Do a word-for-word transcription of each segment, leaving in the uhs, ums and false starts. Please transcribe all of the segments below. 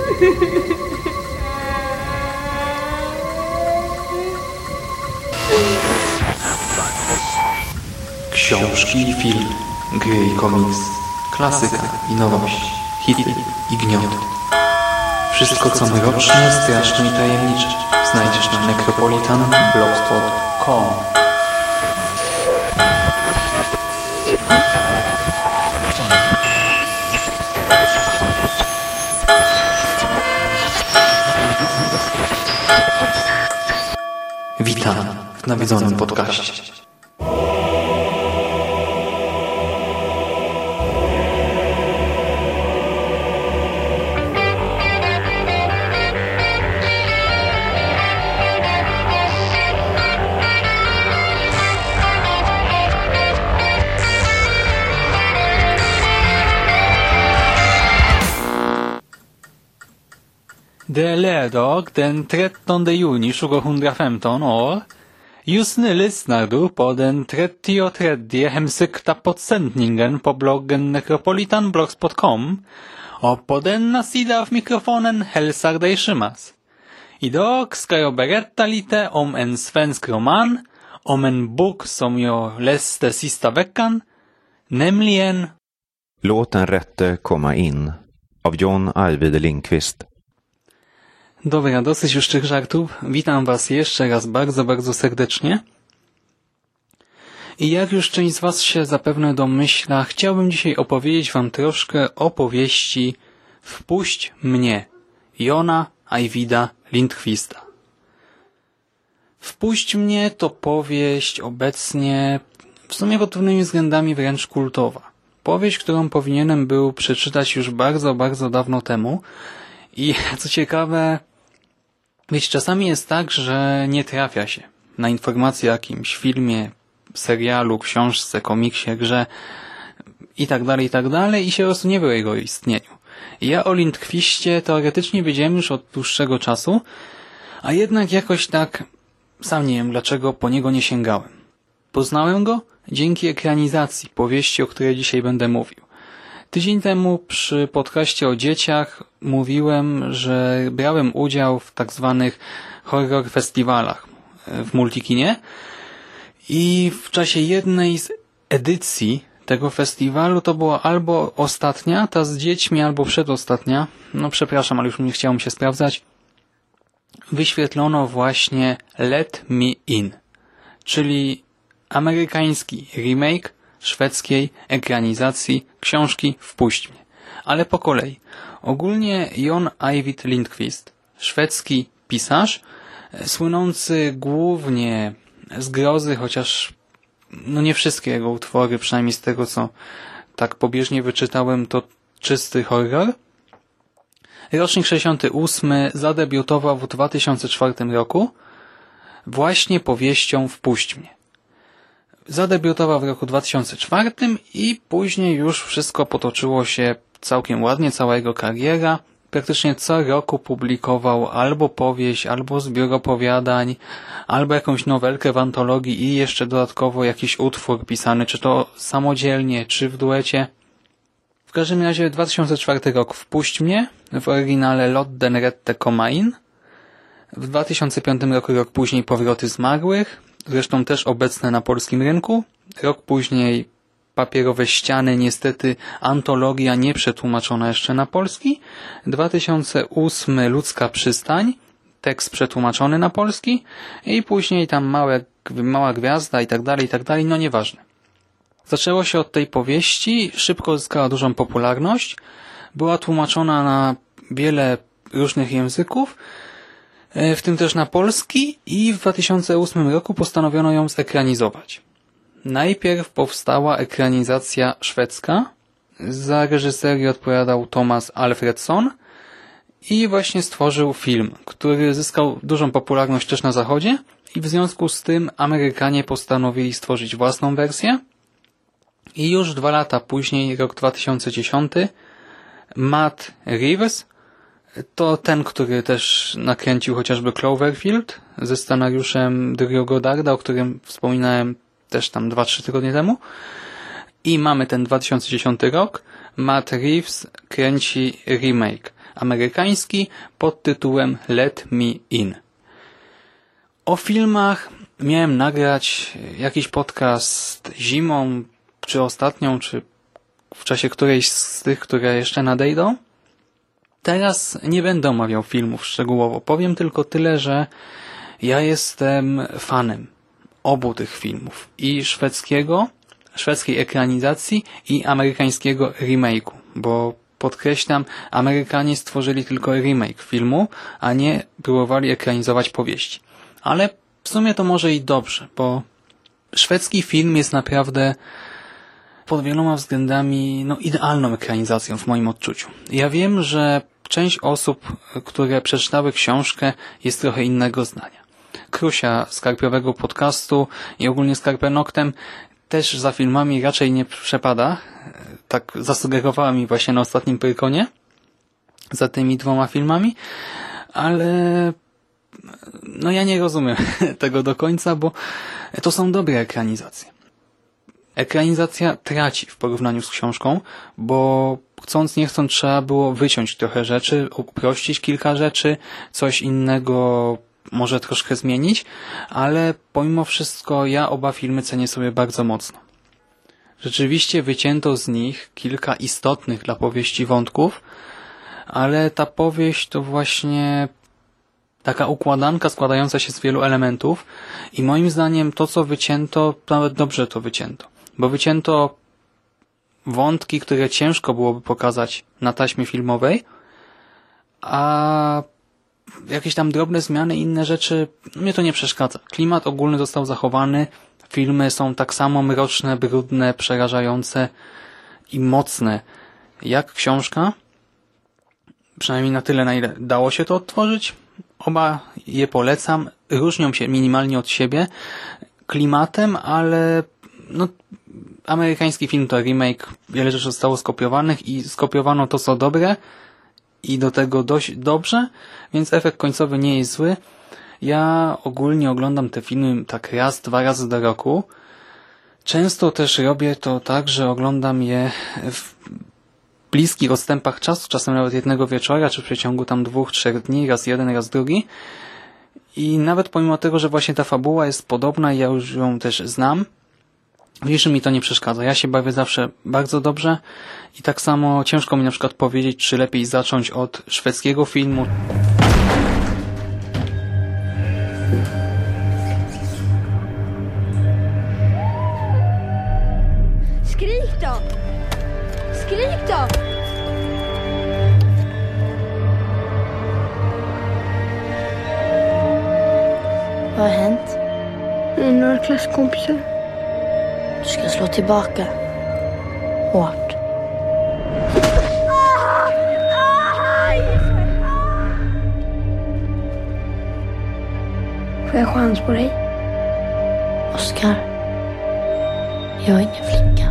Książki, film, gry i komiks, klasyka i nowość, hity i gnioty. Wszystko co mroczne, straszne i tajemnicze znajdziesz na necropolitan blogspot kropka com. Witam w nawiedzonym podcaście. Det är lördag den trettonde juni tjugohundrafemton år. Just nu lyssnar du på den trettiotredje hemsökta poddsändningen på bloggen necropolitan blogspot dot com och på denna sida av mikrofonen hälsar dig Szymas. Idag ska jag berätta lite om en svensk roman, om en bok som jag läste sista veckan, nämligen Låt den rätte komma in av John Ajvide Lindqvist. Dobra, dosyć już tych żartów. Witam Was jeszcze raz bardzo, bardzo serdecznie. I jak już część z Was się zapewne domyśla, chciałbym dzisiaj opowiedzieć Wam troszkę o powieści Wpuść mnie Jona Ajvida Lindqvista. Wpuść mnie to powieść obecnie w sumie pod pewnymi względami wręcz kultowa. Powieść, którą powinienem był przeczytać już bardzo, bardzo dawno temu. I co ciekawe, wiecie, czasami jest tak, że nie trafia się na informacje o jakimś filmie, serialu, książce, komiksie, grze i tak dalej, i tak dalej i się po prostu nie wie o jego istnieniu. Ja o Lindqvistie teoretycznie wiedziałem już od dłuższego czasu, a jednak jakoś tak, sam nie wiem dlaczego, po niego nie sięgałem. Poznałem go dzięki ekranizacji powieści, o której dzisiaj będę mówił. Tydzień temu przy podcaście o dzieciach mówiłem, że brałem udział w tak zwanych horror festiwalach w Multikinie i w czasie jednej z edycji tego festiwalu, to była albo ostatnia, ta z dziećmi, albo przedostatnia, no przepraszam, ale już nie chciałem się sprawdzać, wyświetlono właśnie Let Me In, czyli amerykański remake szwedzkiej ekranizacji książki Wpuść mnie. Ale po kolei. Ogólnie Jon Ajvid Lindqvist, szwedzki pisarz, słynący głównie z grozy, chociaż no nie wszystkie jego utwory, przynajmniej z tego co tak pobieżnie wyczytałem, to czysty horror. Rocznik sześćdziesiąty ósmy, zadebiutował w dwa tysiące czwartym roku właśnie powieścią Wpuść mnie. Zadebiutował w roku dwa tysiące czwartym i później już wszystko potoczyło się całkiem ładnie, cała jego kariera. Praktycznie co roku publikował albo powieść, albo zbiór opowiadań, albo jakąś nowelkę w antologii i jeszcze dodatkowo jakiś utwór pisany, czy to samodzielnie, czy w duecie. W każdym razie dwa tysiące czwarty rok Wpuść mnie, w oryginale Låt den rätte komma in. W dwa tysiące piątym roku, rok później, Powroty zmarłych, zresztą też obecne na polskim rynku. Rok później Papierowe ściany, niestety antologia nie przetłumaczona jeszcze na polski. dwa tysiące ósmy Ludzka przystań, tekst przetłumaczony na polski i później tam małe, mała gwiazda i tak dalej, i tak dalej, no nieważne. Zaczęło się od tej powieści, szybko zyskała dużą popularność, była tłumaczona na wiele różnych języków, w tym też na polski i w dwa tysiące ósmym roku postanowiono ją zekranizować. Najpierw powstała ekranizacja szwedzka, za reżyserię odpowiadał Thomas Alfredson i właśnie stworzył film, który zyskał dużą popularność też na zachodzie i w związku z tym Amerykanie postanowili stworzyć własną wersję i już dwa lata później, rok dwa tysiące dziesiąty, Matt Reeves, to ten, który też nakręcił chociażby Cloverfield ze scenariuszem Drew Goddarda, o którym wspominałem też tam dwa trzy tygodnie temu. I mamy ten dwa tysiące dziesiąty rok. Matt Reeves kręci remake. amerykański pod tytułem Let Me In. O filmach miałem nagrać jakiś podcast zimą, czy ostatnią, czy w czasie którejś z tych, które jeszcze nadejdą. Teraz nie będę omawiał filmów szczegółowo. Powiem tylko tyle, że ja jestem fanem obu tych filmów. I szwedzkiego, szwedzkiej ekranizacji i amerykańskiego remake'u. Bo podkreślam, Amerykanie stworzyli tylko remake filmu, a nie próbowali ekranizować powieści. Ale w sumie to może i dobrze, bo szwedzki film jest naprawdę pod wieloma względami no, idealną ekranizacją w moim odczuciu. Ja wiem, że część osób, które przeczytały książkę, jest trochę innego zdania. Krusia z Karpiowego Podcastu i ogólnie z Karpenoktem też za filmami raczej nie przepada. Tak zasugerowała mi właśnie na ostatnim Pyrkonie za tymi dwoma filmami, ale no ja nie rozumiem tego do końca, bo to są dobre ekranizacje. Ekranizacja traci w porównaniu z książką, bo chcąc nie chcąc trzeba było wyciąć trochę rzeczy, uprościć kilka rzeczy, coś innego może troszkę zmienić, ale pomimo wszystko ja oba filmy cenię sobie bardzo mocno. Rzeczywiście wycięto z nich kilka istotnych dla powieści wątków, ale ta powieść to właśnie taka układanka składająca się z wielu elementów i moim zdaniem to, co wycięto, nawet dobrze to wycięto. Bo wycięto wątki, które ciężko byłoby pokazać na taśmie filmowej, a jakieś tam drobne zmiany i inne rzeczy, mnie to nie przeszkadza. Klimat ogólny został zachowany, filmy są tak samo mroczne, brudne, przerażające i mocne jak książka. Przynajmniej na tyle, na ile dało się to odtworzyć. Oba je polecam. Różnią się minimalnie od siebie klimatem, ale no, amerykański film to remake. Wiele rzeczy zostało skopiowanych i skopiowano to, co dobre i do tego dość dobrze, więc efekt końcowy nie jest zły. Ja ogólnie oglądam te filmy tak raz, dwa razy do roku. Często też robię to tak, że oglądam je w bliskich odstępach czasu, czasem nawet jednego wieczora, czy w przeciągu tam dwóch, trzech dni, raz jeden, raz drugi. I nawet pomimo tego, że właśnie ta fabuła jest podobna i ja już ją też znam, w niczym mi to nie przeszkadza. Ja się bawię zawsze bardzo dobrze i tak samo ciężko mi na przykład powiedzieć, czy lepiej zacząć od szwedzkiego filmu. Skrik då! Skrik då! Vad har hänt? Några klasskompisar. Du ska slå tillbaka. Hårt. Får jag chans på dig? Oskar, jag är ingen flicka.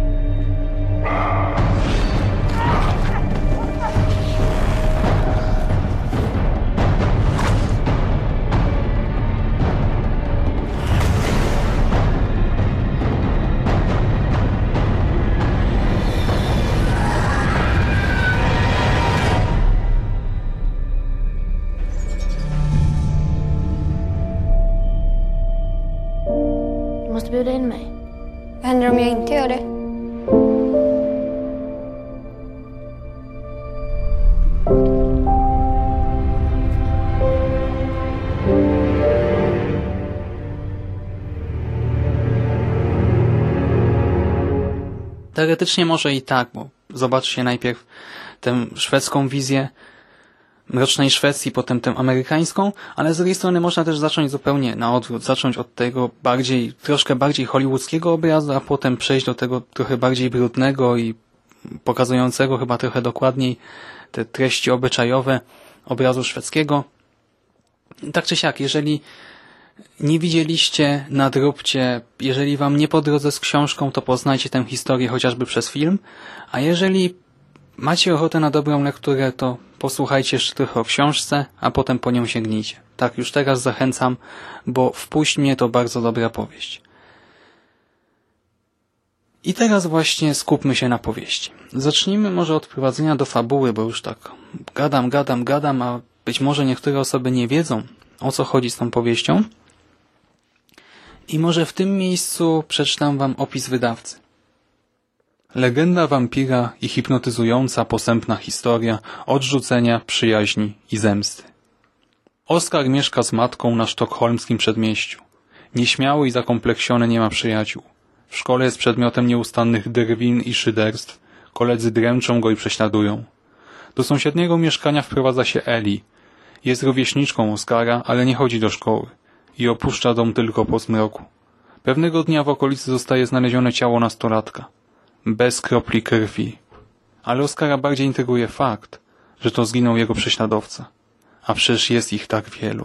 Du måste bjuda in mig. Vad händer om jag inte gör det? Teoretycznie może i tak, bo zobaczcie najpierw tę szwedzką wizję mrocznej Szwecji, potem tę amerykańską, ale z drugiej strony można też zacząć zupełnie na odwrót, zacząć od tego bardziej, troszkę bardziej hollywoodzkiego obrazu, a potem przejść do tego trochę bardziej brudnego i pokazującego chyba trochę dokładniej te treści obyczajowe obrazu szwedzkiego. Tak czy siak, jeżeli nie widzieliście, nadróbcie, jeżeli wam nie po drodze z książką, to poznajcie tę historię chociażby przez film, a jeżeli macie ochotę na dobrą lekturę, to posłuchajcie jeszcze trochę o książce, a potem po nią sięgnijcie. Tak, już teraz zachęcam, bo Wpuść mnie to bardzo dobra powieść. I teraz właśnie skupmy się na powieści. Zacznijmy może od prowadzenia do fabuły, bo już tak gadam, gadam, gadam, a być może niektóre osoby nie wiedzą, o co chodzi z tą powieścią. I może w tym miejscu przeczytam wam opis wydawcy. Legenda wampira i hipnotyzująca, posępna historia odrzucenia, przyjaźni i zemsty. Oskar mieszka z matką na sztokholmskim przedmieściu. Nieśmiały i zakompleksiony, nie ma przyjaciół. W szkole jest przedmiotem nieustannych drwin i szyderstw. Koledzy dręczą go i prześladują. Do sąsiedniego mieszkania wprowadza się Eli. Jest rówieśniczką Oskara, ale nie chodzi do szkoły i opuszcza dom tylko po zmroku. Pewnego dnia w okolicy zostaje znalezione ciało nastolatka. Bez kropli krwi. Ale Oskara bardziej intryguje fakt, że to zginął jego prześladowca. A przecież jest ich tak wielu.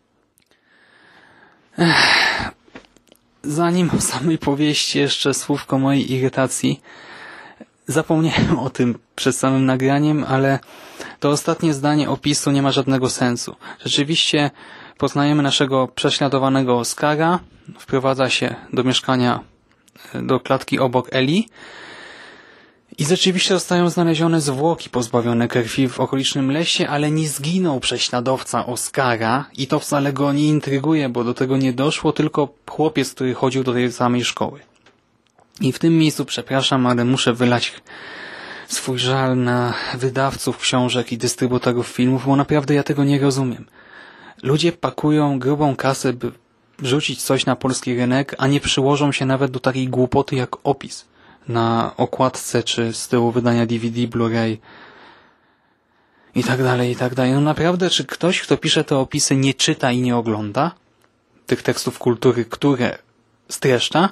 Ech. Zanim o samej powieści jeszcze słówko mojej irytacji. Zapomniałem o tym przed samym nagraniem, ale to ostatnie zdanie opisu nie ma żadnego sensu. Rzeczywiście poznajemy naszego prześladowanego Oskara, wprowadza się do mieszkania, do klatki obok Eli i rzeczywiście zostają znalezione zwłoki pozbawione krwi w okolicznym lesie, ale nie zginął prześladowca Oskara i to wcale go nie intryguje, bo do tego nie doszło, tylko chłopiec, który chodził do tej samej szkoły. I w tym miejscu, przepraszam, ale muszę wylać swój żal na wydawców książek i dystrybutorów filmów, bo naprawdę ja tego nie rozumiem. Ludzie pakują grubą kasę, by wrzucić coś na polski rynek, a nie przyłożą się nawet do takiej głupoty jak opis na okładce czy z tyłu wydania D V D, Blu-ray i tak dalej, i tak dalej. No naprawdę, czy ktoś, kto pisze te opisy, nie czyta i nie ogląda tych tekstów kultury, które streszcza?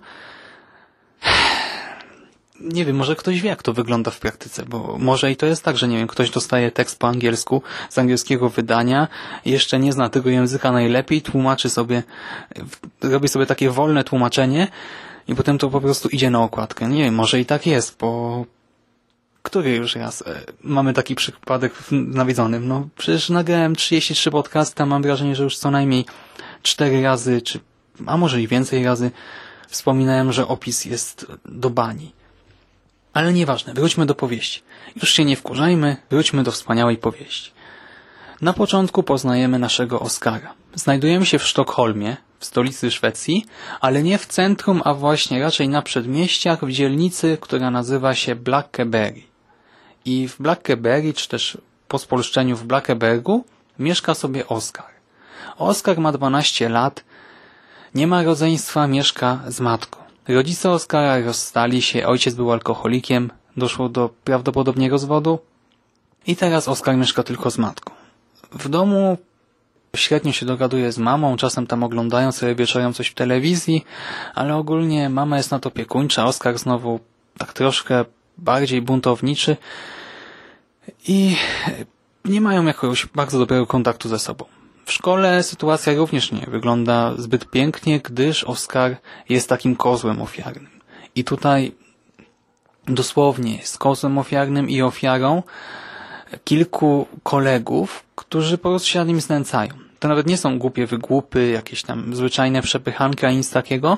Nie wiem, może ktoś wie, jak to wygląda w praktyce, bo może i to jest tak, że nie wiem, ktoś dostaje tekst po angielsku z angielskiego wydania, jeszcze nie zna tego języka najlepiej, tłumaczy sobie, robi sobie takie wolne tłumaczenie i potem to po prostu idzie na okładkę. Nie wiem, może i tak jest, bo który już raz e, mamy taki przypadek w nawiedzonym? No przecież nagrałem trzydzieści trzy podcasty, a mam wrażenie, że już co najmniej cztery razy, czy a może i więcej razy wspominałem, że opis jest do bani. Ale nieważne, wróćmy do powieści. Już się nie wkurzajmy, wróćmy do wspaniałej powieści. Na początku poznajemy naszego Oskara. Znajdujemy się w Sztokholmie, w stolicy Szwecji, ale nie w centrum, a właśnie raczej na przedmieściach, w dzielnicy, która nazywa się Blackeberry. I w Blackeberry, czy też po spolszczeniu w Blackebergu, mieszka sobie Oskar. Oskar ma dwanaście lat, nie ma rodzeństwa, mieszka z matką. Rodzice Oskara rozstali się, ojciec był alkoholikiem, doszło do prawdopodobnie rozwodu i teraz Oskar mieszka tylko z matką. W domu średnio się dogaduje z mamą, czasem tam oglądają sobie wieczorem coś w telewizji, ale ogólnie mama jest na to opiekuńcza, Oskar znowu tak troszkę bardziej buntowniczy i nie mają jakoś bardzo dobrego kontaktu ze sobą. W szkole sytuacja również nie wygląda zbyt pięknie, gdyż Oskar jest takim kozłem ofiarnym. I tutaj dosłownie jest kozłem ofiarnym i ofiarą kilku kolegów, którzy po prostu się nad nim znęcają. To nawet nie są głupie wygłupy, jakieś tam zwyczajne przepychanki, a nic takiego,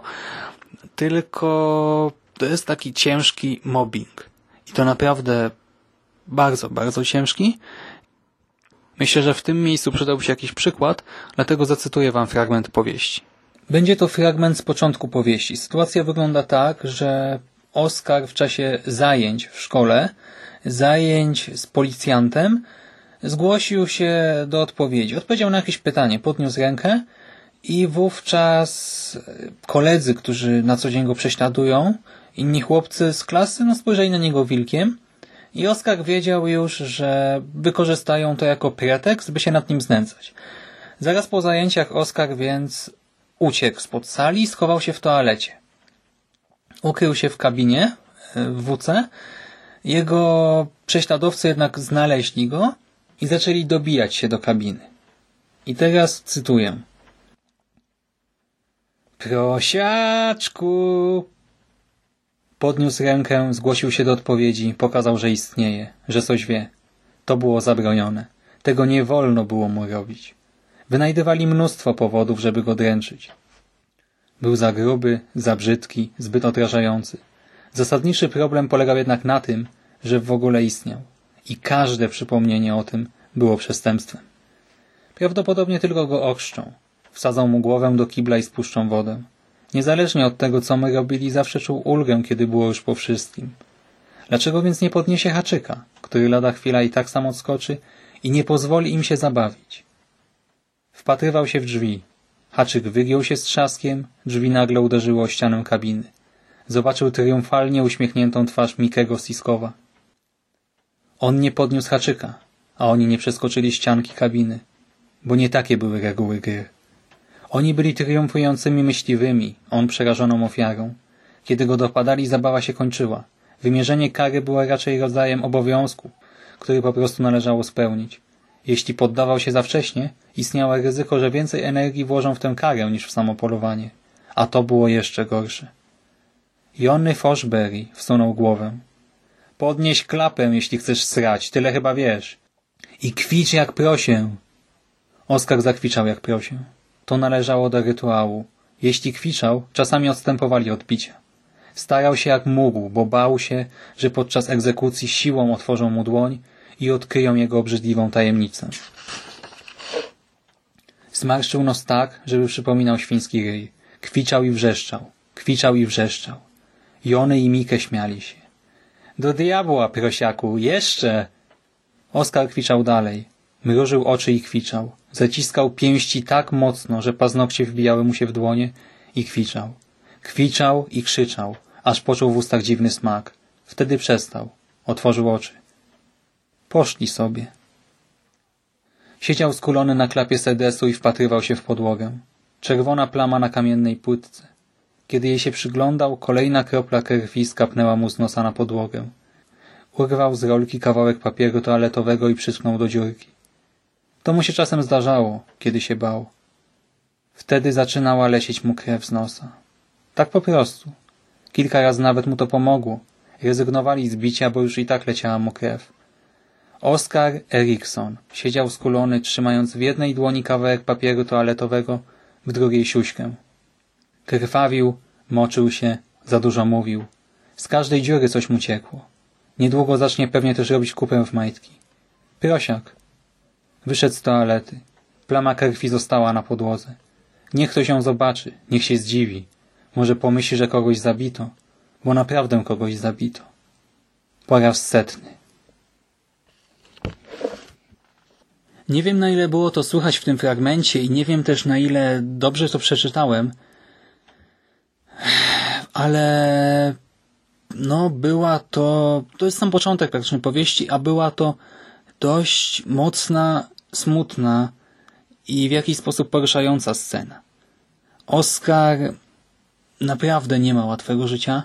tylko to jest taki ciężki mobbing. I to naprawdę bardzo, bardzo ciężki. Myślę, że w tym miejscu przydałby się jakiś przykład, dlatego zacytuję wam fragment powieści. Będzie to fragment z początku powieści. Sytuacja wygląda tak, że Oskar w czasie zajęć w szkole, zajęć z policjantem, zgłosił się do odpowiedzi. Odpowiedział na jakieś pytanie, podniósł rękę i wówczas koledzy, którzy na co dzień go prześladują, inni chłopcy z klasy, no spojrzeli na niego wilkiem i Oskar wiedział już, że wykorzystają to jako pretekst, by się nad nim znęcać. Zaraz po zajęciach Oskar więc uciekł spod sali i schował się w toalecie. Ukrył się w kabinie w W C. Jego prześladowcy jednak znaleźli go i zaczęli dobijać się do kabiny. I teraz cytuję. Prosiaczku! Podniósł rękę, zgłosił się do odpowiedzi, pokazał, że istnieje, że coś wie. To było zabronione. Tego nie wolno było mu robić. Wynajdywali mnóstwo powodów, żeby go dręczyć. Był za gruby, za brzydki, zbyt odrażający. Zasadniczy problem polegał jednak na tym, że w ogóle istniał. I każde przypomnienie o tym było przestępstwem. Prawdopodobnie tylko go ochrzczą. Wsadzą mu głowę do kibla i spuszczą wodę. Niezależnie od tego, co my robili, zawsze czuł ulgę, kiedy było już po wszystkim. Dlaczego więc nie podniesie haczyka, który lada chwila i tak sam odskoczy i nie pozwoli im się zabawić? Wpatrywał się w drzwi. Haczyk wygiął się z trzaskiem, drzwi nagle uderzyły o ścianę kabiny. Zobaczył triumfalnie uśmiechniętą twarz Mikego Siskowa. On nie podniósł haczyka, a oni nie przeskoczyli ścianki kabiny, bo nie takie były reguły gry. Oni byli triumfującymi myśliwymi, on przerażoną ofiarą. Kiedy go dopadali, zabawa się kończyła. Wymierzenie kary było raczej rodzajem obowiązku, który po prostu należało spełnić. Jeśli poddawał się za wcześnie, istniało ryzyko, że więcej energii włożą w tę karę niż w samo polowanie. A to było jeszcze gorsze. Jonny Forsberry wsunął głowę. Podnieś klapę, jeśli chcesz srać, tyle chyba wiesz. I kwicz jak prosię. Oskar zakwiczał jak prosię. To należało do rytuału. Jeśli kwiczał, czasami odstępowali od bicia. Starał się jak mógł, bo bał się, że podczas egzekucji siłą otworzą mu dłoń i odkryją jego obrzydliwą tajemnicę. Zmarszczył nos tak, żeby przypominał świński ryj. Kwiczał i wrzeszczał. Kwiczał i wrzeszczał. Jony i Mikę śmiali się. Do diabła, prosiaku, jeszcze! Oskar kwiczał dalej. Mrużył oczy i kwiczał. Zaciskał pięści tak mocno, że paznokcie wbijały mu się w dłonie i kwiczał. Kwiczał i krzyczał, aż poczuł w ustach dziwny smak. Wtedy przestał. Otworzył oczy. Poszli sobie. Siedział skulony na klapie sedesu i wpatrywał się w podłogę. Czerwona plama na kamiennej płytce. Kiedy jej się przyglądał, kolejna kropla krwi skapnęła mu z nosa na podłogę. Urwał z rolki kawałek papieru toaletowego i przytknął do dziurki. To mu się czasem zdarzało, kiedy się bał. Wtedy zaczynała lecieć mu krew z nosa. Tak po prostu. Kilka razy nawet mu to pomogło. Rezygnowali z bicia, bo już i tak leciała mu krew. Oskar Eriksson siedział skulony, trzymając w jednej dłoni kawałek papieru toaletowego, w drugiej siuśkę. Krwawił, moczył się, za dużo mówił. Z każdej dziury coś mu ciekło. Niedługo zacznie pewnie też robić kupę w majtki. Prosiak. Wyszedł z toalety. Plama krwi została na podłodze. Niech ktoś ją zobaczy, niech się zdziwi. Może pomyśli, że kogoś zabito, bo naprawdę kogoś zabito. Po raz setny. Nie wiem, na ile było to słychać w tym fragmencie i nie wiem też, na ile dobrze to przeczytałem, ale no była to, to jest sam początek praktycznie powieści, a była to dość mocna, smutna i w jakiś sposób poruszająca scena. Oskar naprawdę nie ma łatwego życia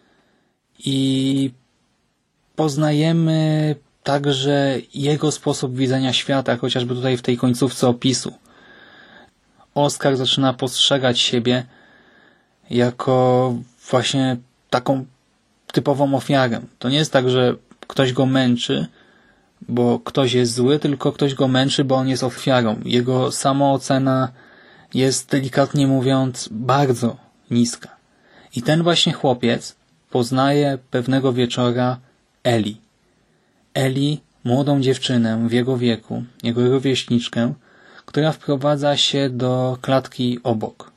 i poznajemy także jego sposób widzenia świata, chociażby tutaj w tej końcówce opisu. Oskar zaczyna postrzegać siebie jako właśnie taką typową ofiarę. To nie jest tak, że ktoś go męczy, bo ktoś jest zły, tylko ktoś go męczy, bo on jest ofiarą. Jego samoocena jest, delikatnie mówiąc, bardzo niska. I ten właśnie chłopiec poznaje pewnego wieczora Eli. Eli, młodą dziewczynę w jego wieku, jego rówieśniczkę, która wprowadza się do klatki obok.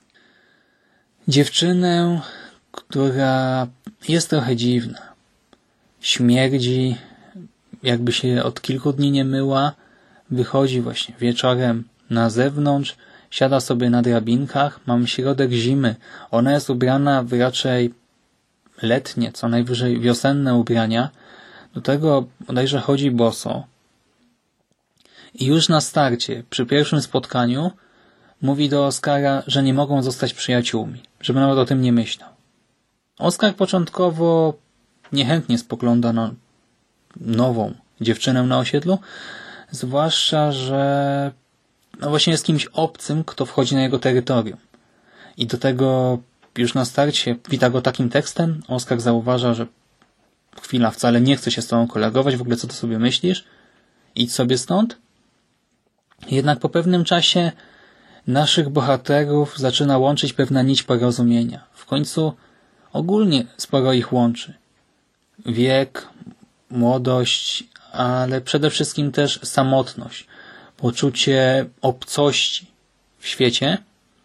Dziewczynę, która jest trochę dziwna. Śmierdzi, jakby się od kilku dni nie myła, wychodzi właśnie wieczorem na zewnątrz, siada sobie na drabinkach, mamy środek zimy. Ona jest ubrana w raczej letnie, co najwyżej wiosenne ubrania. Do tego bodajże chodzi boso. I już na starcie, przy pierwszym spotkaniu, mówi do Oskara, że nie mogą zostać przyjaciółmi, żeby nawet o tym nie myślał. Oskar początkowo niechętnie spogląda na nową dziewczynę na osiedlu, zwłaszcza, że no właśnie jest kimś obcym, kto wchodzi na jego terytorium. I do tego już na starcie wita go takim tekstem. Oskar zauważa, że chwila, wcale nie chce się z tobą kolegować, w ogóle co ty sobie myślisz? Idź sobie stąd. Jednak po pewnym czasie naszych bohaterów zaczyna łączyć pewna nić porozumienia. W końcu Ogólnie sporo ich łączy. Wiek, młodość, ale przede wszystkim też samotność, poczucie obcości w świecie.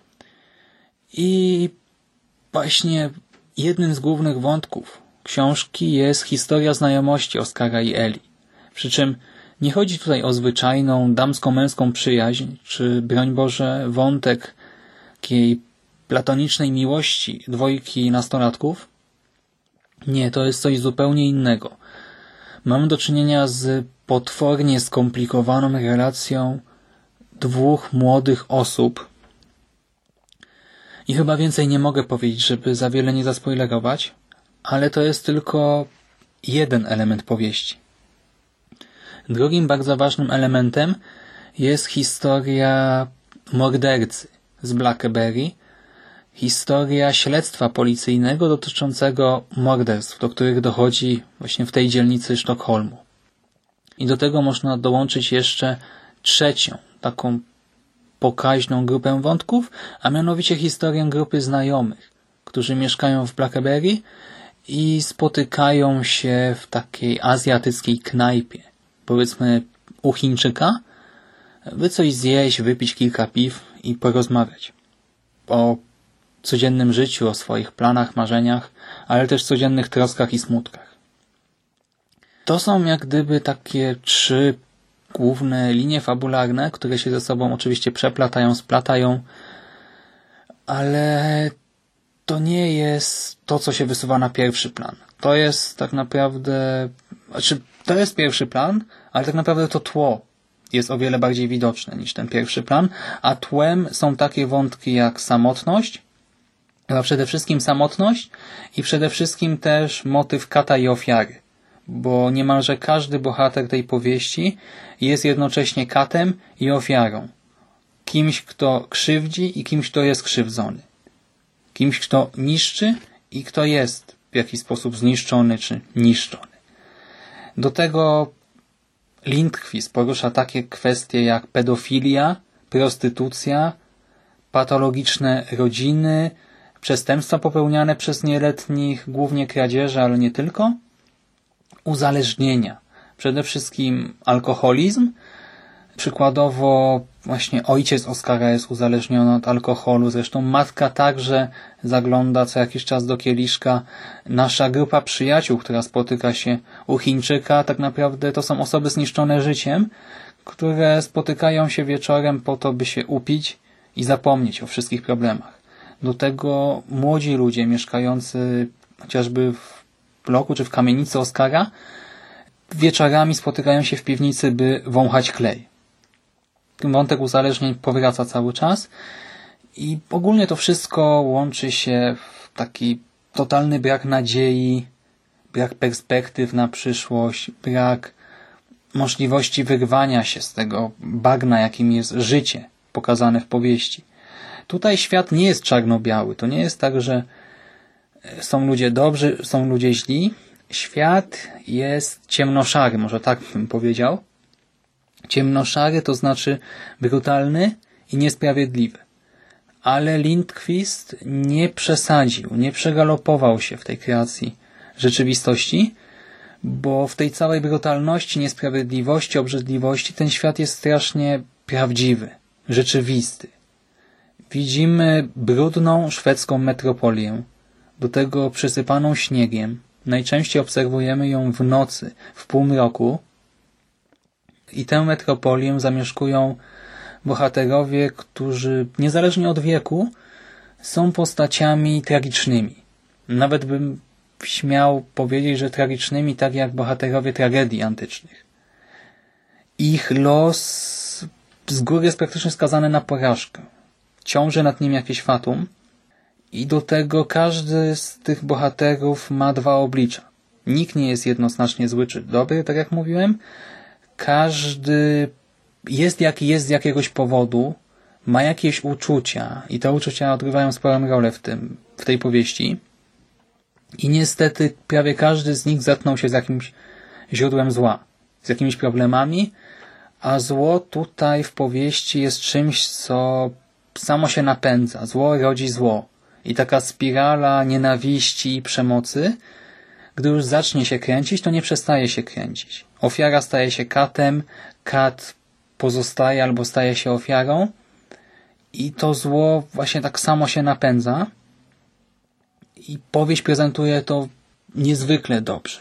I właśnie jednym z głównych wątków książki jest historia znajomości Oskara i Eli. Przy czym nie chodzi tutaj o zwyczajną damsko-męską przyjaźń, czy broń Boże wątek takiej platonicznej miłości dwojki nastolatków. Nie, to jest coś zupełnie innego. Mamy do czynienia z potwornie skomplikowaną relacją dwóch młodych osób. I chyba więcej nie mogę powiedzieć, żeby za wiele nie zaspoilerować, ale to jest tylko jeden element powieści. Drugim bardzo ważnym elementem jest historia mordercy z Blackberry, historia śledztwa policyjnego dotyczącego morderstw, do których dochodzi właśnie w tej dzielnicy Sztokholmu. I do tego można dołączyć jeszcze trzecią, taką pokaźną grupę wątków, a mianowicie historię grupy znajomych, którzy mieszkają w Blackberry i spotykają się w takiej azjatyckiej knajpie, powiedzmy u Chińczyka, by coś zjeść, wypić kilka piw i porozmawiać o codziennym życiu, o swoich planach, marzeniach, ale też codziennych troskach i smutkach. To są jak gdyby takie trzy główne linie fabularne, które się ze sobą oczywiście przeplatają, splatają, ale to nie jest to, co się wysuwa na pierwszy plan. To jest tak naprawdę, znaczy to jest pierwszy plan, ale tak naprawdę to tło jest o wiele bardziej widoczne niż ten pierwszy plan, a tłem są takie wątki jak samotność, a przede wszystkim samotność i przede wszystkim też motyw kata i ofiary, bo niemalże każdy bohater tej powieści jest jednocześnie katem i ofiarą. Kimś, kto krzywdzi i kimś, kto jest krzywdzony. Kimś, kto niszczy i kto jest w jakiś sposób zniszczony czy niszczony. Do tego Lindqvist porusza takie kwestie jak pedofilia, prostytucja, patologiczne rodziny, przestępstwa popełniane przez nieletnich, głównie kradzieże, ale nie tylko, uzależnienia. Przede wszystkim alkoholizm. Przykładowo właśnie ojciec Oskara jest uzależniony od alkoholu, zresztą matka także zagląda co jakiś czas do kieliszka. Nasza grupa przyjaciół, która spotyka się u Chińczyka, tak naprawdę to są osoby zniszczone życiem, które spotykają się wieczorem po to, by się upić i zapomnieć o wszystkich problemach. Do tego młodzi ludzie mieszkający chociażby w bloku czy w kamienicy Oskara wieczorami spotykają się w piwnicy, by wąchać klej. Wątek uzależnień powraca cały czas i ogólnie to wszystko łączy się w taki totalny brak nadziei, brak perspektyw na przyszłość, brak możliwości wyrwania się z tego bagna, jakim jest życie pokazane w powieści. Tutaj świat nie jest czarno-biały. To nie jest tak, że są ludzie dobrzy, są ludzie źli. Świat jest ciemnoszary, może tak bym powiedział. Ciemnoszary to znaczy brutalny i niesprawiedliwy. Ale Lindqvist nie przesadził, nie przegalopował się w tej kreacji rzeczywistości, bo w tej całej brutalności, niesprawiedliwości, obrzydliwości ten świat jest strasznie prawdziwy, rzeczywisty. Widzimy brudną szwedzką metropolię, do tego przysypaną śniegiem. Najczęściej obserwujemy ją w nocy, w półmroku. I tę metropolię zamieszkują bohaterowie, którzy niezależnie od wieku są postaciami tragicznymi. Nawet bym śmiał powiedzieć, że tragicznymi tak jak bohaterowie tragedii antycznych. Ich los z góry jest praktycznie skazany na porażkę. Ciąży nad nim jakieś fatum i do tego każdy z tych bohaterów ma dwa oblicza. Nikt nie jest jednoznacznie zły czy dobry, tak jak mówiłem. Każdy jest jaki jest z jakiegoś powodu, ma jakieś uczucia i te uczucia odgrywają sporą rolę w tym, w tej powieści. I niestety prawie każdy z nich zetknął się z jakimś źródłem zła, z jakimiś problemami, a zło tutaj w powieści jest czymś, co samo się napędza. Zło rodzi zło. I taka spirala nienawiści i przemocy, gdy już zacznie się kręcić, to nie przestaje się kręcić. Ofiara staje się katem, kat pozostaje albo staje się ofiarą i to zło właśnie tak samo się napędza i powieść prezentuje to niezwykle dobrze.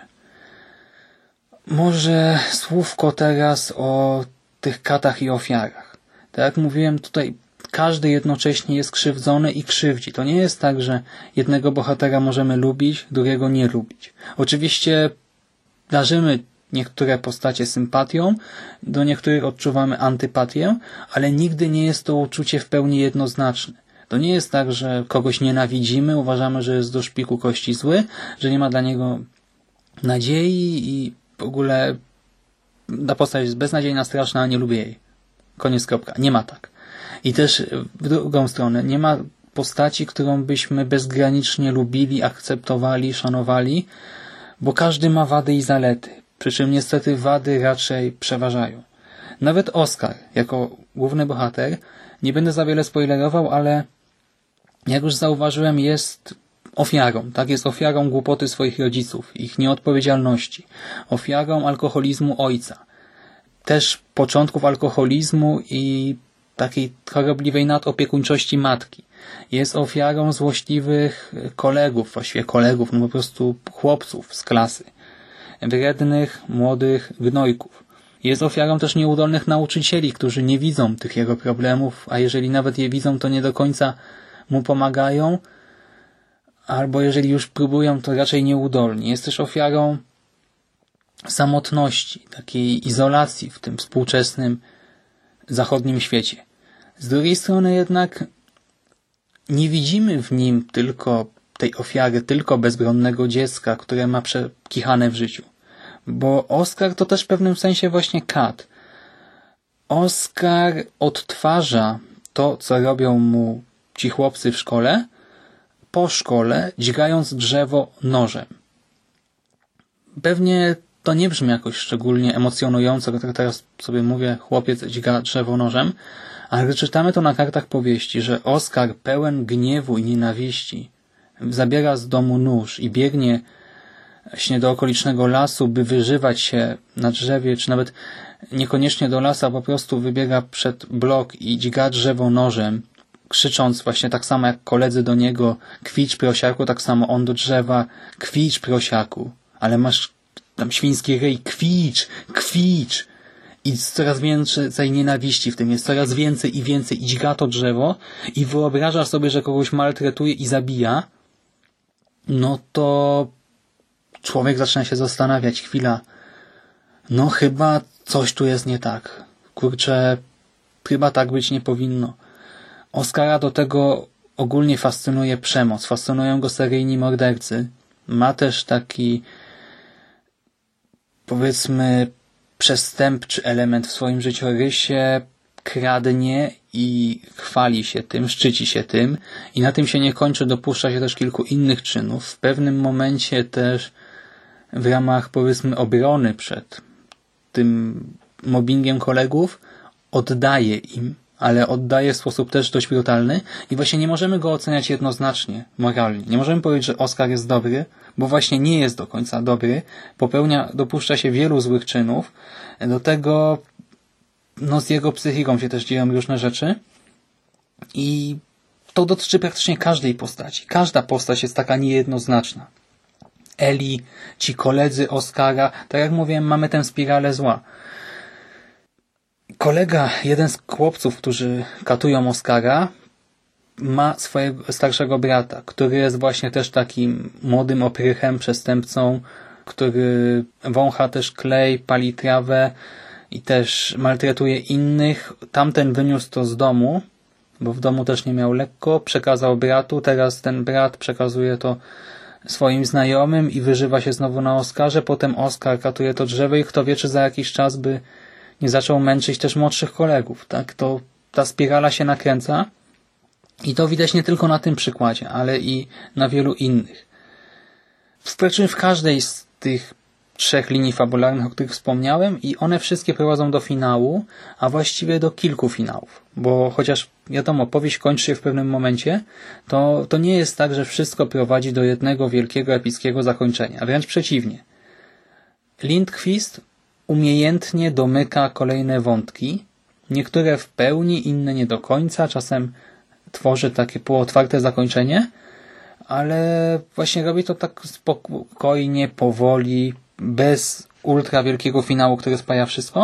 Może słówko teraz o tych katach i ofiarach. Tak jak mówiłem, tutaj każdy jednocześnie jest krzywdzony i krzywdzi. To nie jest tak, że jednego bohatera możemy lubić, drugiego nie lubić. Oczywiście darzymy niektóre postacie sympatią, do niektórych odczuwamy antypatię, ale nigdy nie jest to uczucie w pełni jednoznaczne. To nie jest tak, że kogoś nienawidzimy, uważamy, że jest do szpiku kości zły, że nie ma dla niego nadziei i w ogóle ta postać jest beznadziejna, straszna, a nie lubię jej. Koniec, kropka. Nie ma tak. I też w drugą stronę, nie ma postaci, którą byśmy bezgranicznie lubili, akceptowali, szanowali, bo każdy ma wady i zalety. Przy czym niestety wady raczej przeważają. Nawet Oskar, jako główny bohater, nie będę za wiele spoilerował, ale jak już zauważyłem, jest ofiarą. Tak, jest ofiarą głupoty swoich rodziców, ich nieodpowiedzialności. Ofiarą alkoholizmu ojca. Też początków alkoholizmu i takiej chorobliwej nadopiekuńczości matki. Jest ofiarą złośliwych kolegów, właściwie kolegów, no po prostu chłopców z klasy. Wrednych, młodych gnojków. Jest ofiarą też nieudolnych nauczycieli, którzy nie widzą tych jego problemów, a jeżeli nawet je widzą, to nie do końca mu pomagają, albo jeżeli już próbują, to raczej nieudolnie. Jest też ofiarą samotności, takiej izolacji w tym współczesnym zachodnim świecie. Z drugiej strony jednak nie widzimy w nim tylko tej ofiary, tylko bezbronnego dziecka, które ma przekichane w życiu. Bo Oskar to też w pewnym sensie właśnie kat. Oskar odtwarza to, co robią mu ci chłopcy w szkole, po szkole, dźgając drzewo nożem. Pewnie to nie brzmi jakoś szczególnie emocjonująco, tak teraz sobie mówię, chłopiec dźga drzewo nożem, ale gdy czytamy to na kartach powieści, że Oskar pełen gniewu i nienawiści zabiera z domu nóż i biegnie właśnie do okolicznego lasu, by wyżywać się na drzewie, czy nawet niekoniecznie do lasu, a po prostu wybiega przed blok i dźga drzewo nożem, krzycząc właśnie tak samo jak koledzy do niego, kwicz prosiaku, tak samo on do drzewa, kwicz prosiaku, ale masz tam świński ryj, kwicz, kwicz. I coraz więcej nienawiści w tym jest, coraz więcej i więcej i dźga to drzewo i wyobraża sobie, że kogoś maltretuje i zabija, no to człowiek zaczyna się zastanawiać, chwila, no chyba coś tu jest nie tak. Kurczę, chyba tak być nie powinno. Oskara do tego ogólnie fascynuje przemoc, fascynują go seryjni mordercy. Ma też taki, powiedzmy, przestępczy element w swoim życiorysie, kradnie i chwali się tym, szczyci się tym i na tym się nie kończy, dopuszcza się też kilku innych czynów. W pewnym momencie też w ramach, powiedzmy, obrony przed tym mobbingiem kolegów oddaje im, ale oddaje w sposób też dość brutalny i właśnie nie możemy go oceniać jednoznacznie, moralnie. Nie możemy powiedzieć, że Oskar jest dobry, bo właśnie nie jest do końca dobry, popełnia, dopuszcza się wielu złych czynów, do tego no z jego psychiką się też dzieją różne rzeczy i to dotyczy praktycznie każdej postaci. Każda postać jest taka niejednoznaczna. Eli, ci koledzy Oskara, tak jak mówiłem, mamy tę spiralę zła. Kolega, jeden z chłopców, którzy katują Oskara, ma swojego starszego brata, który jest właśnie też takim młodym oprychem, przestępcą, który wącha też klej, pali trawę i też maltretuje innych. Tamten wyniósł to z domu, bo w domu też nie miał lekko, przekazał bratu, teraz ten brat przekazuje to swoim znajomym i wyżywa się znowu na Oskarze, potem Oskar katuje to drzewo i kto wie, czy za jakiś czas by nie zaczął męczyć też młodszych kolegów. Tak, to ta spirala się nakręca i to widać nie tylko na tym przykładzie, ale i na wielu innych. W, w każdej z tych trzech linii fabularnych, o których wspomniałem, i one wszystkie prowadzą do finału, a właściwie do kilku finałów. Bo chociaż wiadomo, powieść kończy się w pewnym momencie, to, to nie jest tak, że wszystko prowadzi do jednego wielkiego, epickiego zakończenia. Wręcz przeciwnie. Lindqvist umiejętnie domyka kolejne wątki, niektóre w pełni, inne nie do końca, czasem tworzy takie półotwarte zakończenie, ale właśnie robi to tak spokojnie, powoli, bez ultra wielkiego finału, który spaja wszystko.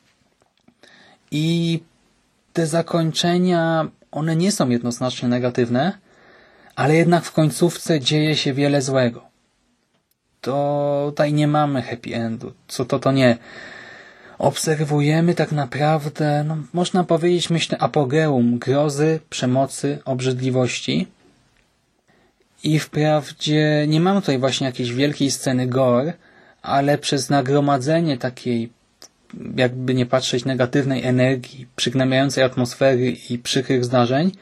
I te zakończenia, one nie są jednoznacznie negatywne, ale jednak w końcówce dzieje się wiele złego. To tutaj nie mamy happy endu. Co to, to nie. Obserwujemy tak naprawdę, no, można powiedzieć, myślę, apogeum grozy, przemocy, obrzydliwości. I wprawdzie nie mamy tutaj właśnie jakiejś wielkiej sceny gore, ale przez nagromadzenie takiej, jakby nie patrzeć, negatywnej energii, przygnębiającej atmosfery i przykrych zdarzeń,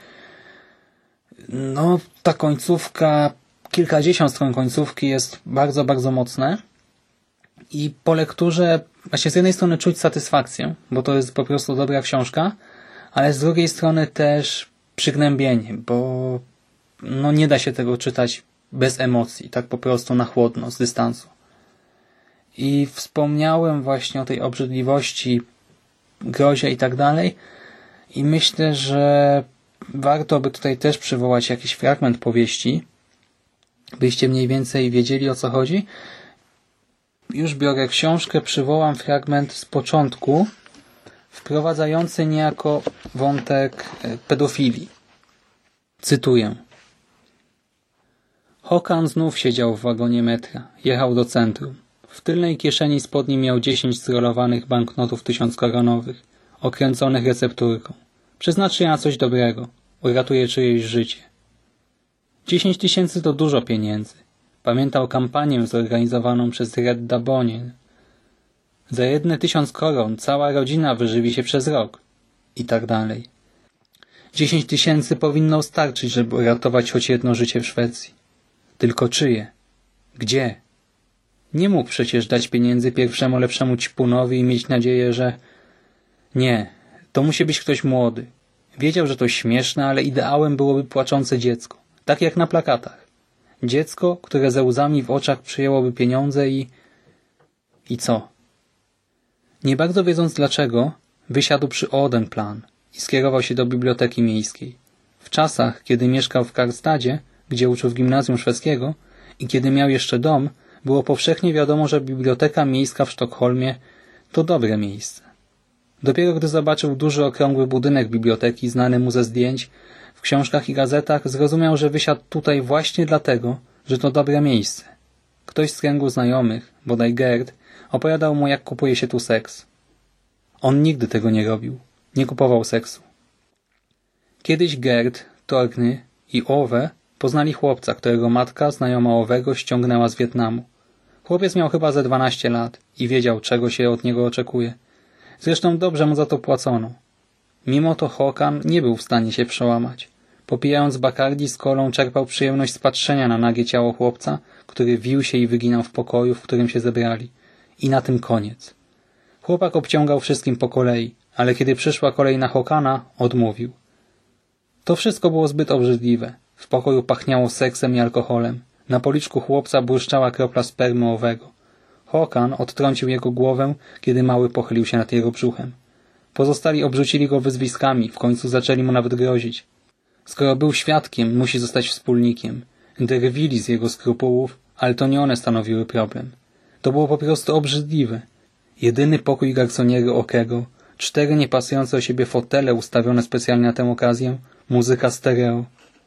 no ta końcówka, kilkadziesiąt stron końcówki jest bardzo, bardzo mocne i po lekturze właśnie z jednej strony czuć satysfakcję, bo to jest po prostu dobra książka, ale z drugiej strony też przygnębienie, bo no nie da się tego czytać bez emocji, tak po prostu na chłodno, z dystansu. I wspomniałem właśnie o tej obrzydliwości, grozie i tak dalej i myślę, że warto by tutaj też przywołać jakiś fragment powieści, byście mniej więcej wiedzieli, o co chodzi. Już biorę książkę, przywołam fragment z początku, wprowadzający niejako wątek pedofilii. Cytuję. Håkan znów siedział w wagonie metra. Jechał do centrum. W tylnej kieszeni spodni miał dziesięć zrolowanych banknotów tysiąckoronowych, okręconych recepturką. Przeznaczy je na coś dobrego. Uratuje czyjeś życie. Dziesięć tysięcy to dużo pieniędzy. Pamiętał kampanię zorganizowaną przez Redda Bonien. Za jedne tysiąc koron cała rodzina wyżywi się przez rok. I tak dalej. Dziesięć tysięcy powinno starczyć, żeby uratować choć jedno życie w Szwecji. Tylko czyje? Gdzie? Nie mógł przecież dać pieniędzy pierwszemu lepszemu ćpunowi i mieć nadzieję, że... Nie, to musi być ktoś młody. Wiedział, że to śmieszne, ale ideałem byłoby płaczące dziecko. Tak jak na plakatach. Dziecko, które ze łzami w oczach przyjęłoby pieniądze i... I co? Nie bardzo wiedząc dlaczego, wysiadł przy Odenplan i skierował się do biblioteki miejskiej. W czasach, kiedy mieszkał w Karlstadzie, gdzie uczył w gimnazjum szwedzkiego i kiedy miał jeszcze dom, było powszechnie wiadomo, że biblioteka miejska w Sztokholmie to dobre miejsce. Dopiero gdy zobaczył duży okrągły budynek biblioteki znany mu ze zdjęć, w książkach i gazetach, zrozumiał, że wysiadł tutaj właśnie dlatego, że to dobre miejsce. Ktoś z kręgu znajomych, bodaj Gerd, opowiadał mu, jak kupuje się tu seks. On nigdy tego nie robił. Nie kupował seksu. Kiedyś Gerd, Torgny i Owe poznali chłopca, którego matka, znajoma Owego, ściągnęła z Wietnamu. Chłopiec miał chyba ze dwanaście lat i wiedział, czego się od niego oczekuje. Zresztą dobrze mu za to płacono. Mimo to Håkan nie był w stanie się przełamać. Popijając Bacardi z kolą czerpał przyjemność z patrzenia na nagie ciało chłopca, który wił się i wyginał w pokoju, w którym się zebrali. I na tym koniec. Chłopak obciągał wszystkim po kolei, ale kiedy przyszła kolej na Håkana, odmówił. To wszystko było zbyt obrzydliwe. W pokoju pachniało seksem i alkoholem. Na policzku chłopca błyszczała kropla spermy Owego. Håkan odtrącił jego głowę, kiedy mały pochylił się nad jego brzuchem. Pozostali obrzucili go wyzwiskami, w końcu zaczęli mu nawet grozić. Skoro był świadkiem, musi zostać wspólnikiem. Drwili z jego skrupułów, ale to nie one stanowiły problem. To było po prostu obrzydliwe. Jedyny pokój garçonieri Okego, cztery niepasujące o siebie fotele ustawione specjalnie na tę okazję, muzyka stereo.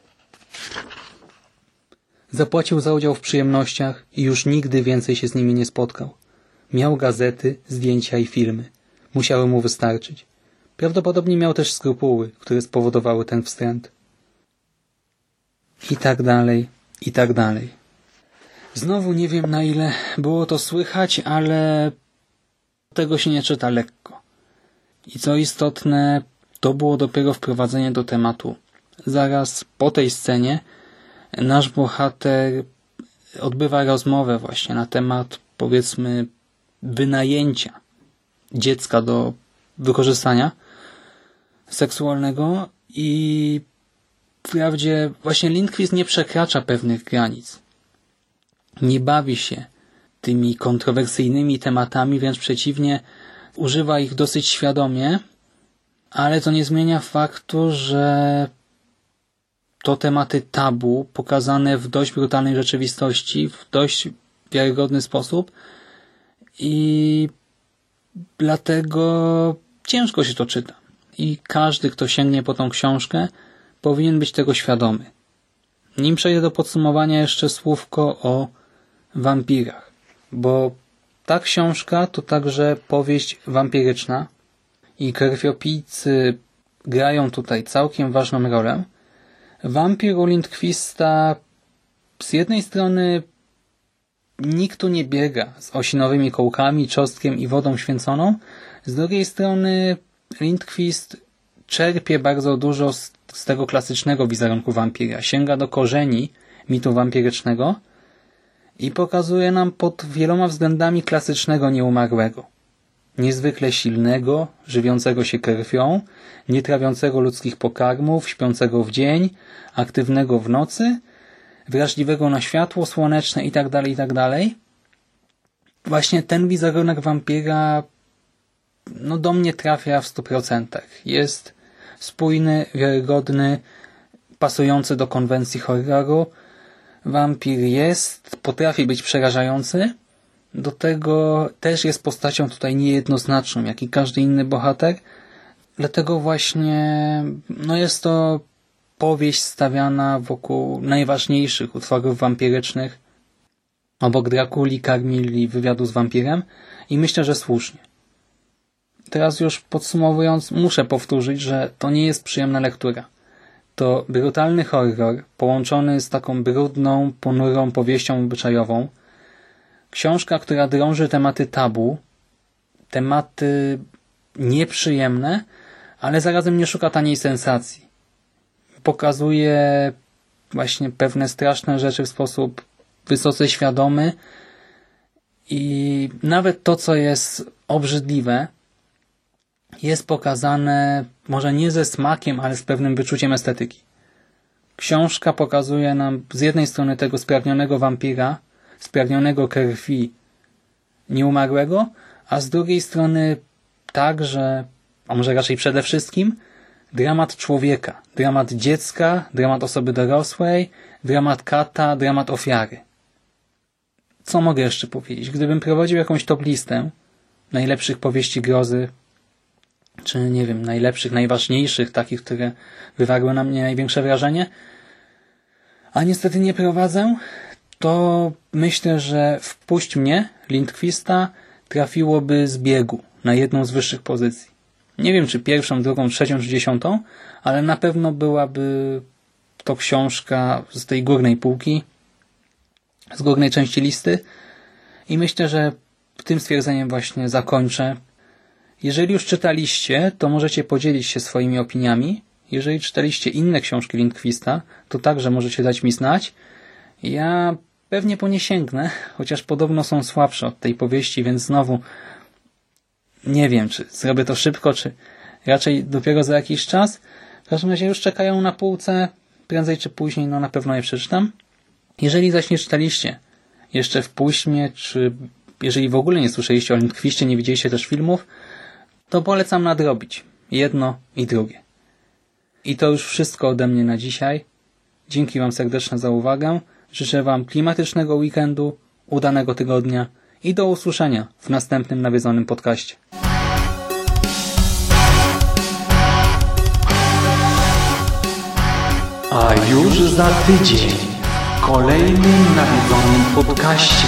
Zapłacił za udział w przyjemnościach i już nigdy więcej się z nimi nie spotkał. Miał gazety, zdjęcia i filmy. Musiały mu wystarczyć. Prawdopodobnie miał też skrupuły, które spowodowały ten wstręt. I tak dalej, i tak dalej. Znowu nie wiem, na ile było to słychać, ale tego się nie czyta lekko. I co istotne, to było dopiero wprowadzenie do tematu. Zaraz po tej scenie nasz bohater odbywa rozmowę właśnie na temat, powiedzmy, wynajęcia dziecka do wykorzystania seksualnego i wprawdzie właśnie Lindqvist nie przekracza pewnych granic. Nie bawi się tymi kontrowersyjnymi tematami, wręcz przeciwnie, używa ich dosyć świadomie, ale to nie zmienia faktu, że to tematy tabu, pokazane w dość brutalnej rzeczywistości, w dość wiarygodny sposób i dlatego ciężko się to czyta. I każdy, kto sięgnie po tą książkę, powinien być tego świadomy. Nim przejdę do podsumowania, jeszcze słówko o wampirach, bo ta książka to także powieść wampiryczna i krwiopijcy grają tutaj całkiem ważną rolę. Wampir u Lindqvista z jednej strony nikt tu nie biega z osinowymi kołkami, czosnkiem i wodą święconą, z drugiej strony Lindqvist czerpie bardzo dużo z, z tego klasycznego wizerunku wampira, sięga do korzeni mitu wampirycznego i pokazuje nam pod wieloma względami klasycznego nieumarłego. Niezwykle silnego, żywiącego się krwią, nie trawiącego ludzkich pokarmów, śpiącego w dzień, aktywnego w nocy, wrażliwego na światło słoneczne itd., itd. Właśnie ten wizerunek wampira no do mnie trafia w stu procentach. Jest spójny, wiarygodny, pasujący do konwencji horroru. Wampir jest, potrafi być przerażający. Do tego też jest postacią tutaj niejednoznaczną, jak i każdy inny bohater. Dlatego właśnie no jest to powieść stawiana wokół najważniejszych utworów wampirycznych, obok Drakuli, Carmilli, wywiadu z wampirem i myślę, że słusznie. Teraz już podsumowując, muszę powtórzyć, że to nie jest przyjemna lektura. To brutalny horror połączony z taką brudną, ponurą powieścią obyczajową. Książka, która drąży tematy tabu, tematy nieprzyjemne, ale zarazem nie szuka taniej sensacji. Pokazuje właśnie pewne straszne rzeczy w sposób wysoce świadomy i nawet to, co jest obrzydliwe, jest pokazane może nie ze smakiem, ale z pewnym wyczuciem estetyki. Książka pokazuje nam z jednej strony tego spragnionego wampira, spragnionego krwi nieumarłego, a z drugiej strony także, a może raczej przede wszystkim, dramat człowieka, dramat dziecka, dramat osoby dorosłej, dramat kata, dramat ofiary. Co mogę jeszcze powiedzieć? Gdybym prowadził jakąś top listę najlepszych powieści grozy, czy nie wiem, najlepszych, najważniejszych, takich, które wywarły na mnie największe wrażenie, a niestety nie prowadzę, to myślę, że Wpuść mnie, Lindqvista, trafiłoby z biegu na jedną z wyższych pozycji. Nie wiem, czy pierwszą, drugą, trzecią, czy dziesiątą, ale na pewno byłaby to książka z tej górnej półki, z górnej części listy i myślę, że tym stwierdzeniem właśnie zakończę. Jeżeli już czytaliście, to możecie podzielić się swoimi opiniami. Jeżeli czytaliście inne książki Lindqvista, to także możecie dać mi znać. Ja pewnie po nie sięgnę, chociaż podobno są słabsze od tej powieści, więc znowu nie wiem, czy zrobię to szybko, czy raczej dopiero za jakiś czas. W każdym razie już czekają na półce, prędzej czy później, no na pewno je przeczytam. Jeżeli zaś nie czytaliście jeszcze Wpuść mnie, czy jeżeli w ogóle nie słyszeliście o Lindqvistie, nie widzieliście też filmów, to polecam nadrobić jedno i drugie. I to już wszystko ode mnie na dzisiaj. Dzięki Wam serdecznie za uwagę. Życzę Wam klimatycznego weekendu, udanego tygodnia i do usłyszenia w następnym nawiedzonym podcaście. A już za tydzień w kolejnym nawiedzonym podcaście.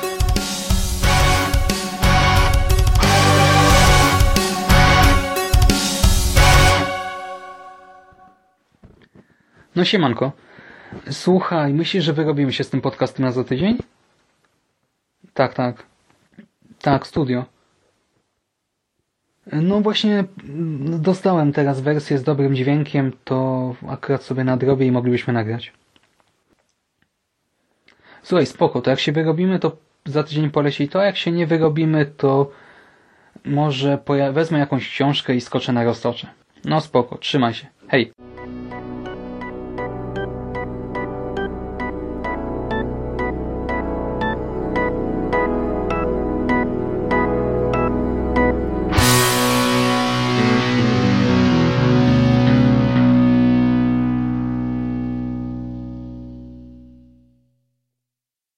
No siemanko. Słuchaj, myślisz, że wyrobimy się z tym podcastem na za tydzień? Tak, tak. Tak, studio. No właśnie dostałem teraz wersję z dobrym dźwiękiem, to akurat sobie nadrobię i moglibyśmy nagrać. Słuchaj, spoko, to jak się wyrobimy, to za tydzień poleci to, jak się nie wyrobimy, to może poja- wezmę jakąś książkę i skoczę na roztocze. No spoko, trzymaj się. Hej!